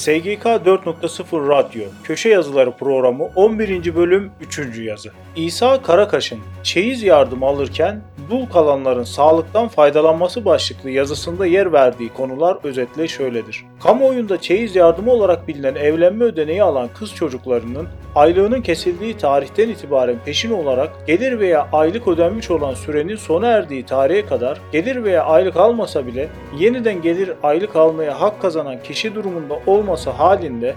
SGK 4.0 Radyo Köşe Yazıları Programı 11. Bölüm 3. Yazı. İsa Karakaş'ın çeyiz yardımı alırken dul kalanların sağlıktan faydalanması başlıklı yazısında yer verdiği konular özetle şöyledir. Kamuoyunda çeyiz yardımı olarak bilinen evlenme ödeneği alan kız çocuklarının aylığının kesildiği tarihten itibaren peşin olarak gelir veya aylık ödenmiş olan sürenin sona erdiği tarihe kadar gelir veya aylık almasa bile yeniden gelir aylık almaya hak kazanan kişi durumunda olması halinde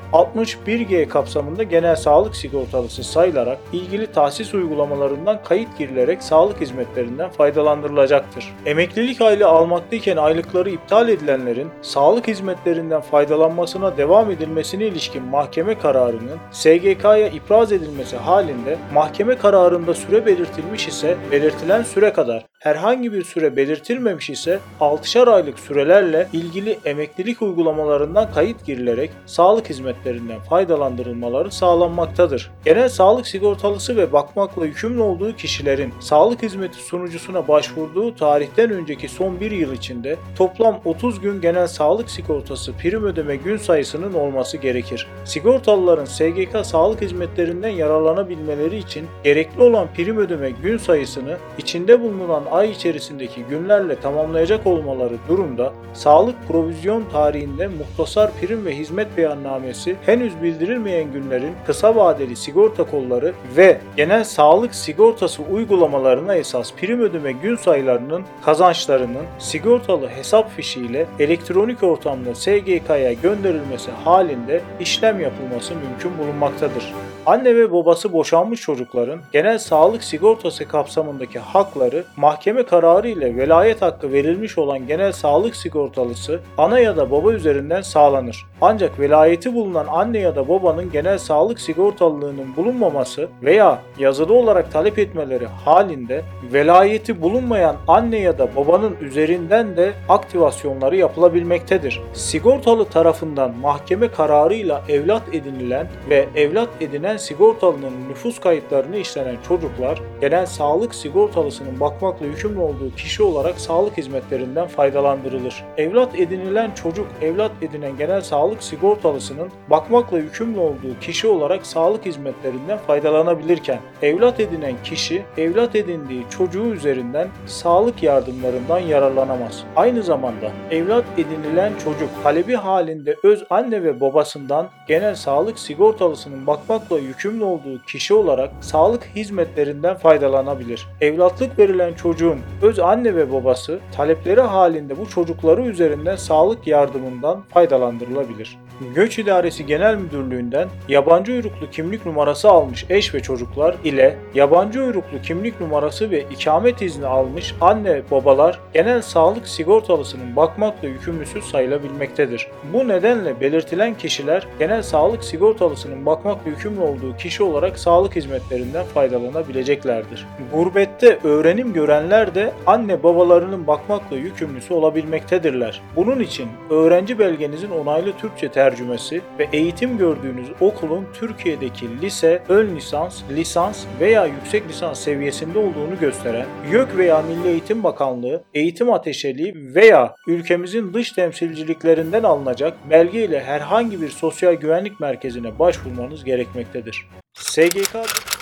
61G kapsamında genel sağlık sigortalısı sayılarak ilgili tahsis uygulamalarından kayıt girilerek sağlık hizmetlerinden faydalandırılacaktır. Emeklilik aylığı almaktayken aylıkları iptal edilenlerin sağlık hizmetlerinden faydalanmasına devam edilmesine ilişkin mahkeme kararının SGK'ya ipraz edilmesi halinde mahkeme kararında süre belirtilmiş ise belirtilen süre kadar, herhangi bir süre belirtilmemiş ise 6'şar aylık sürelerle ilgili emeklilik uygulamalarından kayıt girilerek sağlık hizmetlerinden faydalandırılmaları sağlanmaktadır. Genel sağlık sigortalısı ve bakmakla yükümlü olduğu kişilerin sağlık hizmeti sunucusuna başvurduğu tarihten önceki son bir yıl içinde toplam 30 gün genel sağlık sigortası prim ödeme gün sayısının olması gerekir. Sigortalıların SGK sağlık hizmetlerinden yararlanabilmeleri için gerekli olan prim ödeme gün sayısını içinde bulunan ay içerisindeki günlerle tamamlayacak olmaları durumda sağlık provizyon tarihinde muhtasar prim ve hizmet beyannamesi henüz bildirilmeyen günlerin kısa vadeli sigorta kolları ve genel sağlık sigortası uygulamalarına esas prim ödeme gün sayılarının kazançlarının sigortalı hesap fişiyle elektronik ortamda SGK'ya gönderilmesi halinde işlem yapılması mümkün bulunmaktadır. Anne ve babası boşanmış çocukların genel sağlık sigortası kapsamındaki hakları mahkeme kararı ile velayet hakkı verilmiş olan genel sağlık sigortalısı ana ya da baba üzerinden sağlanır. Ancak velayeti bulunan anne ya da babanın genel sağlık sigortalılığının bulunmaması veya yazılı olarak talep etmeleri halinde velayeti bulunmayan anne ya da babanın üzerinden de aktivasyonları yapılabilmektedir. Sigortalı tarafından mahkeme kararıyla evlat edinilen ve evlat edinen sigortalının nüfus kayıtlarını işlenen çocuklar genel sağlık sigortalısının bakmakla yükümlü olduğu kişi olarak sağlık hizmetlerinden faydalandırılır. Evlat edinilen çocuk evlat edinen genel sağlık sigortalısının bakmakla yükümlü olduğu kişi olarak sağlık hizmetlerinden faydalanabilirken evlat edinen kişi evlat edindiği çocuğu üzerinden sağlık yardımlarından yararlanamaz. Aynı zamanda evlat edinilen çocuk talebi halinde öz anne ve babasından genel sağlık sigortalısının bakmakla yükümlü olduğu kişi olarak sağlık hizmetlerinden faydalanabilir. Evlatlık verilen çocuğun öz anne ve babası talepleri halinde bu çocukları üzerinden sağlık yardımından faydalandırılabilir. Göç İdaresi Genel Müdürlüğü'nden yabancı uyruklu kimlik numarası almış eş ve çocuklar ile yabancı uyruklu kimlik numarası ve ikamet izni almış anne babalar genel sağlık sigortalısının bakmakla yükümlüsü sayılabilmektedir. Bu nedenle belirtilen kişiler genel sağlık sigortalısının bakmakla yükümlü olduğu kişi olarak sağlık hizmetlerinden faydalanabileceklerdir. Gurbette öğrenim görenler de anne babalarının bakmakla yükümlüsü olabilmektedirler. Bunun için öğrenci belgenizin onaylı Türkçe tercümesi ve eğitim gördüğünüz okulun Türkiye'deki lise, ön lisans, lisans veya yüksek lisans seviyesinde olduğunu gösteren YÖK veya Milli Eğitim Bakanlığı, Eğitim Ateşeliği veya ülkemizin dış temsilciliklerinden alınacak belge ile herhangi bir sosyal güvenlik merkezine başvurmanız gerekmektedir. SGK